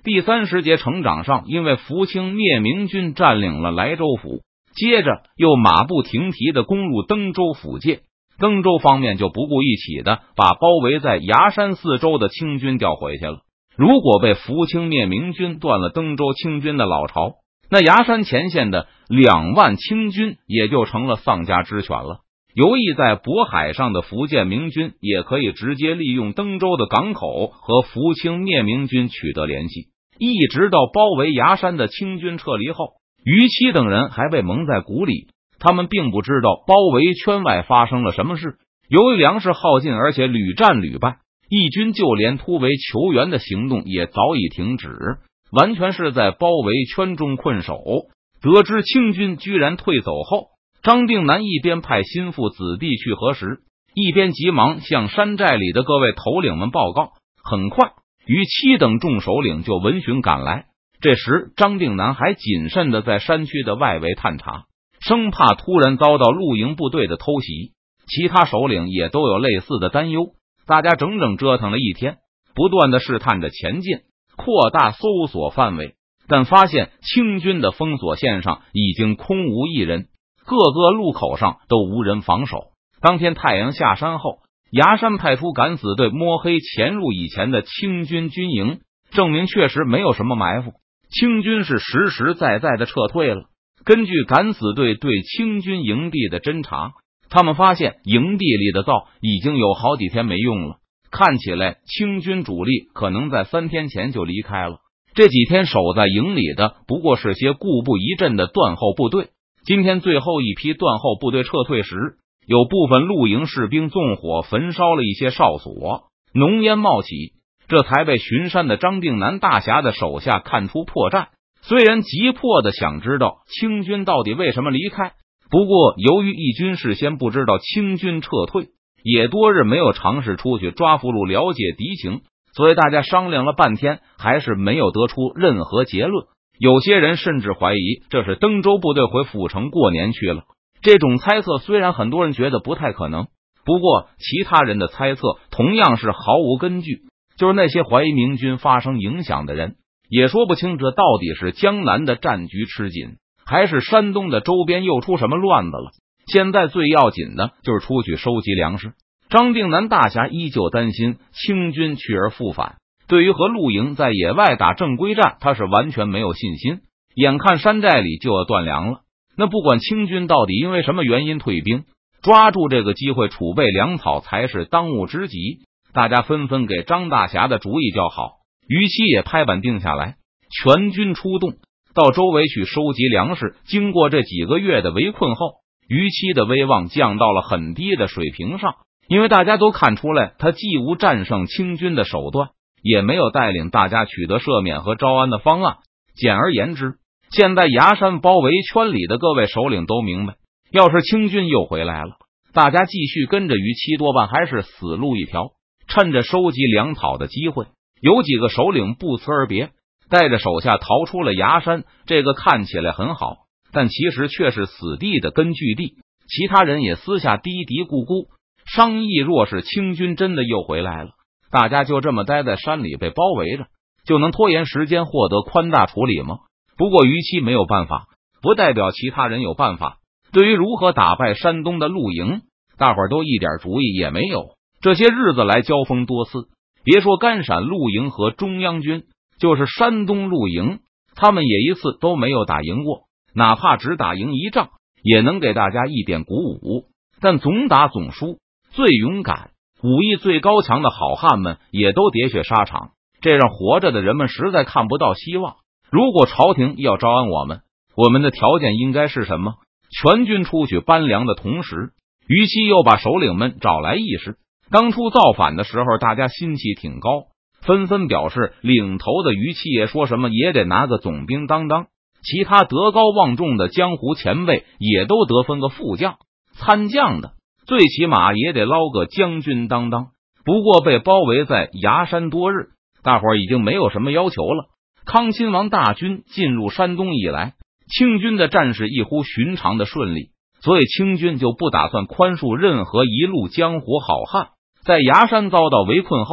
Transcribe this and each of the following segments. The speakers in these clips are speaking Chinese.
第30节成长上，因为福清灭明军占领了莱州府，接着又马不停蹄地攻入登州府界。登州方面就不顾一起的把包围在崖山四周的清军调回去了。如果被福清灭明军断了登州清军的老巢，那崖山前线的2万清军也就成了丧家之犬了。游弋在渤海上的福建明军也可以直接利用登州的港口和福清灭明军取得联系，一直到包围崖山的清军撤离后，于七等人还被蒙在鼓里。他们并不知道包围圈外发生了什么事。由于粮食耗尽，而且屡战屡败，义军就连突围求援的行动也早已停止，完全是在包围圈中困守。得知清军居然退走后，张定南一边派心腹子弟去核实，一边急忙向山寨里的各位头领们报告。很快，于七等众首领就闻讯赶来。这时张定南还谨慎地在山区的外围探查，生怕突然遭到露营部队的偷袭。其他首领也都有类似的担忧。大家整整折腾了一天，不断的试探着前进，扩大搜索范围，但发现清军的封锁线上已经空无一人，各个路口上都无人防守。当天太阳下山后，崖山派出敢死队摸黑潜入以前的清军军营，证明确实没有什么埋伏，清军是实实在在的撤退了。根据敢死队对清军营地的侦查，他们发现营地里的灶已经有好几天没用了，看起来清军主力可能在3天前就离开了。这几天守在营里的不过是些固步一阵的断后部队。今天最后一批断后部队撤退时，有部分露营士兵纵火焚烧了一些哨所，浓烟冒起，这才被巡山的张定南大侠的手下看出破绽。虽然急迫的想知道清军到底为什么离开，不过由于义军事先不知道清军撤退，也多日没有尝试出去抓俘虏了解敌情，所以大家商量了半天，还是没有得出任何结论。有些人甚至怀疑这是登州部队回府城过年去了。这种猜测虽然很多人觉得不太可能，不过其他人的猜测同样是毫无根据。就是那些怀疑明军发生影响的人，也说不清这到底是江南的战局吃紧，还是山东的周边又出什么乱子了。现在最要紧的就是出去收集粮食。张定南大侠依旧担心清军去而复返，对于和陆营在野外打正规战，他是完全没有信心。眼看山寨里就要断粮了，那不管清军到底因为什么原因退兵，抓住这个机会储备粮草才是当务之急。大家纷纷给张大侠的主意叫好，于七也拍板定下来，全军出动到周围去收集粮食。经过这几个月的围困后，于七的威望降到了很低的水平上，因为大家都看出来他既无战胜清军的手段，也没有带领大家取得赦免和招安的方案。简而言之，现在崖山包围圈里的各位首领都明白，要是清军又回来了，大家继续跟着于七多半还是死路一条。趁着收集粮草的机会，有几个首领不辞而别，带着手下逃出了崖山。这个看起来很好，但其实却是死地的根据地。其他人也私下嘀嘀咕咕商议，若是清军真的又回来了，大家就这么待在山里被包围着，就能拖延时间获得宽大处理吗？不过于七没有办法，不代表其他人有办法。对于如何打败山东的露营，大伙儿都一点主意也没有。这些日子来交锋多次，别说甘陕露营和中央军，就是山东露营，他们也一次都没有打赢过。哪怕只打赢一仗，也能给大家一点鼓舞。但总打总输，最勇敢、武艺最高强的好汉们也都喋血沙场，这让活着的人们实在看不到希望。如果朝廷要招安我们的条件应该是什么？全军出去搬粮的同时，于七又把首领们找来议事。当初造反的时候，大家心气挺高，纷纷表示领头的于七爷说什么也得拿个总兵当当，其他德高望重的江湖前辈也都得分个副将、参将的，最起码也得捞个将军当当。不过被包围在崖山多日，大伙儿已经没有什么要求了。康亲王大军进入山东以来，清军的战事异乎寻常的顺利，所以清军就不打算宽恕任何一路江湖好汉。在崖山遭到围困后，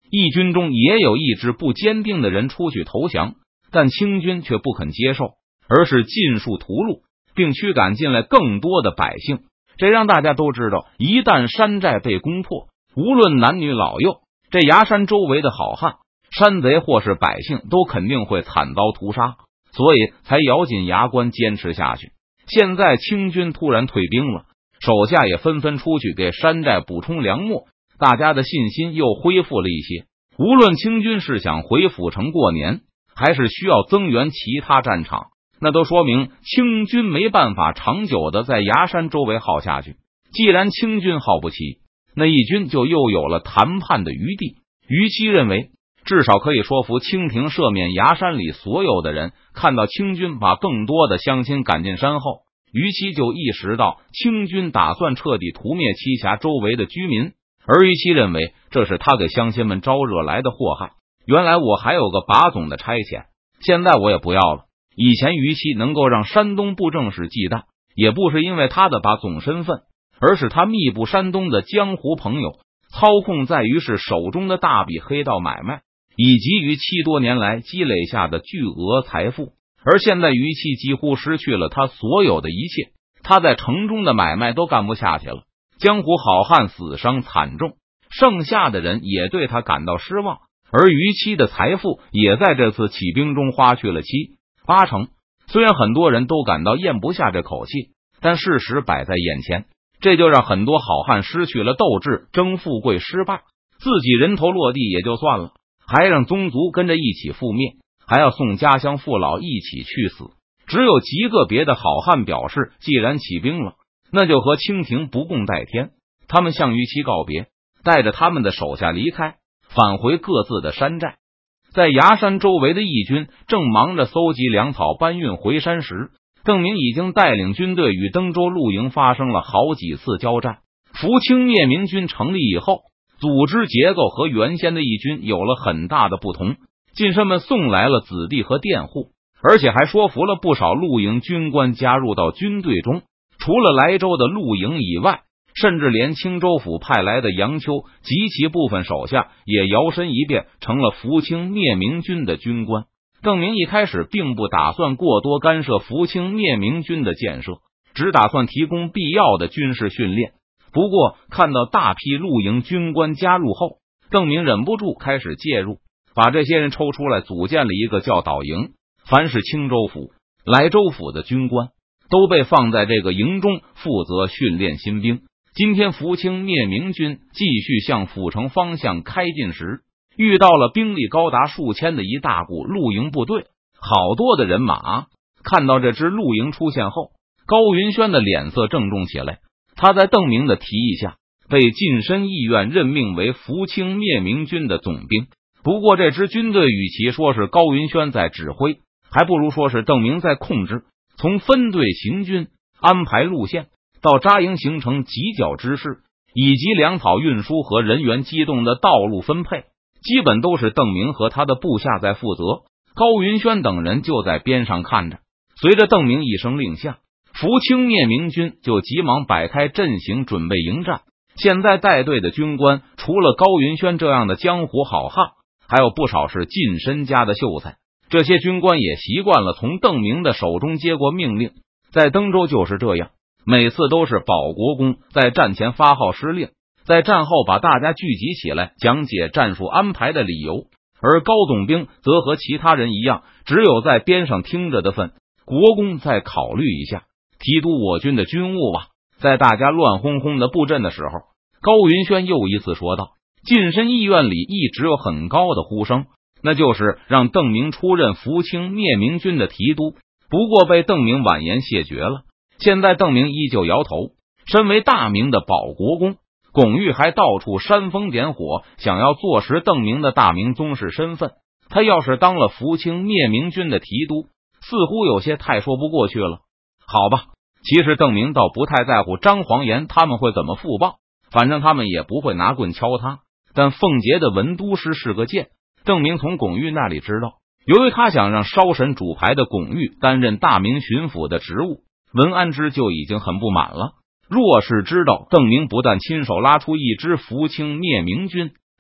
义军中也有意志不坚定的人出去投降，但清军却不肯接受，而是尽数屠戮，并驱赶进来更多的百姓。这让大家都知道，一旦山寨被攻破，无论男女老幼，这崖山周围的好汉、山贼或是百姓都肯定会惨遭屠杀，所以才咬紧牙关坚持下去。现在清军突然退兵了，手下也纷纷出去给山寨补充粮秣，大家的信心又恢复了一些。无论清军是想回府城过年，还是需要增援其他战场，那都说明清军没办法长久的在崖山周围耗下去。既然清军耗不起，那义军就又有了谈判的余地。于其认为，至少可以说服清廷赦免崖山里所有的人。看到清军把更多的乡亲赶进山后，于其就意识到清军打算彻底屠灭栖霞周围的居民，而于其认为这是他给乡亲们招惹来的祸害。原来我还有个把总的差遣，现在我也不要了。以前于其能够让山东布政使忌惮，也不是因为他的把总身份，而是他密布山东的江湖朋友，操控在于是手中的大笔黑道买卖，以及于其多年来积累下的巨额财富。而现在于其几乎失去了他所有的一切，他在城中的买卖都干不下去了，江湖好汉死伤惨重，剩下的人也对他感到失望，而于其的财富也在这次起兵中花去了7、8成。虽然很多人都感到咽不下这口气，但事实摆在眼前，这就让很多好汉失去了斗志，争富贵失败，自己人头落地也就算了，还让宗族跟着一起覆灭，还要送家乡父老一起去死。只有极个别的好汉表示，既然起兵了，那就和清廷不共戴天。他们向于其告别，带着他们的手下离开，返回各自的山寨。在崖山周围的义军正忙着搜集粮草搬运回山时，邓明已经带领军队与登州露营发生了好几次交战。福清灭明军成立以后，组织结构和原先的义军有了很大的不同。近身们送来了子弟和佃户，而且还说服了不少露营军官加入到军队中。除了莱州的露营以外，甚至连青州府派来的杨秋及其部分手下也摇身一变成了福清灭明军的军官。邓明一开始并不打算过多干涉福清灭明军的建设，只打算提供必要的军事训练。不过看到大批露营军官加入后，邓明忍不住开始介入，把这些人抽出来组建了一个教导营。凡是青州府、莱州府的军官都被放在这个营中，负责训练新兵。今天福清灭明军继续向府城方向开进时，遇到了兵力高达数千的一大股露营部队，好多的人马。看到这支露营出现后，高云轩的脸色郑重起来。他在邓明的提议下，被晋身议院任命为福清灭明军的总兵。不过这支军队与其说是高云轩在指挥，还不如说是邓明在控制。从分队行军、安排路线到扎营形成犄角之势，以及粮草运输和人员机动的道路分配，基本都是邓明和他的部下在负责。高云轩等人就在边上看着。随着邓明一声令下，福清灭明军就急忙摆开阵型准备迎战。现在带队的军官除了高云轩这样的江湖好汉，还有不少是近身家的秀才。这些军官也习惯了从邓明的手中接过命令，在登州就是这样，每次都是保国公在战前发号施令，在战后把大家聚集起来讲解战术安排的理由，而高总兵则和其他人一样，只有在边上听着的份。国公再考虑一下，提督我军的军务吧。在大家乱哄哄的布阵的时候，高云轩又一次说道。近身议院里一直有很高的呼声，那就是让邓明出任福清灭明军的提督。不过被邓明婉言谢绝了。现在邓明依旧摇头。身为大明的保国公，巩玉还到处煽风点火，想要坐实邓明的大明宗室身份。他要是当了福清灭明军的提督，似乎有些太说不过去了。好吧，其实邓明倒不太在乎张煌言他们会怎么复报，反正他们也不会拿棍敲他。但凤节的文都师是个贱，邓明从巩玉那里知道，由于他想让烧神主牌的巩玉担任大明巡抚的职务，文安之就已经很不满了。若是知道邓明不但亲手拉出一支福清灭明军，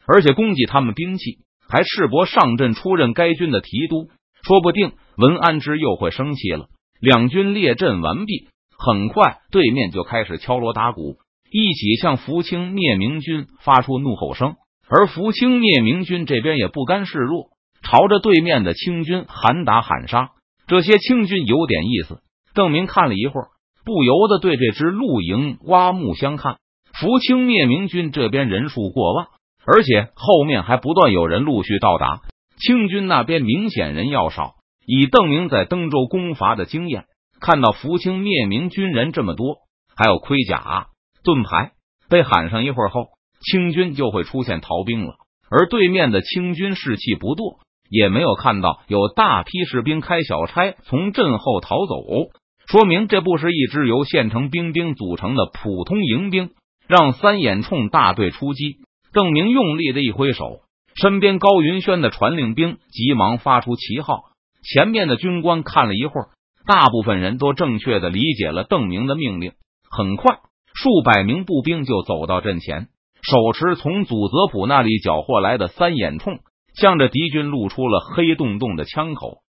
而且供给他们兵器，还赤膊上阵出任该军的提督。说不定文安之又会生气了。两军列阵完毕，很快对面就开始敲锣打鼓，一起向福清灭明军发出怒吼声。而福清灭明军这边也不甘示弱，朝着对面的清军喊打喊杀。这些清军有点意思，邓明看了一会儿，不由得对这支露营刮目相看。福清灭明军这边人数过万，而且后面还不断有人陆续到达，清军那边明显人要少。以邓明在登州攻伐的经验，看到福清灭明军人这么多，还有盔甲、盾牌，被喊上一会儿后，清军就会出现逃兵了。而对面的清军士气不堕，也没有看到有大批士兵开小差从阵后逃走，说明这不是一支由县城兵组成的普通营兵。让三眼冲大队出击，邓明用力的一挥手，身边高云轩的传令兵急忙发出旗号。前面的军官看了一会儿，大部分人都正确的理解了邓明的命令。很快，数百名步兵就走到阵前，手持从祖泽普那里缴获来的三眼冲，向着敌军露出了黑洞洞的枪口。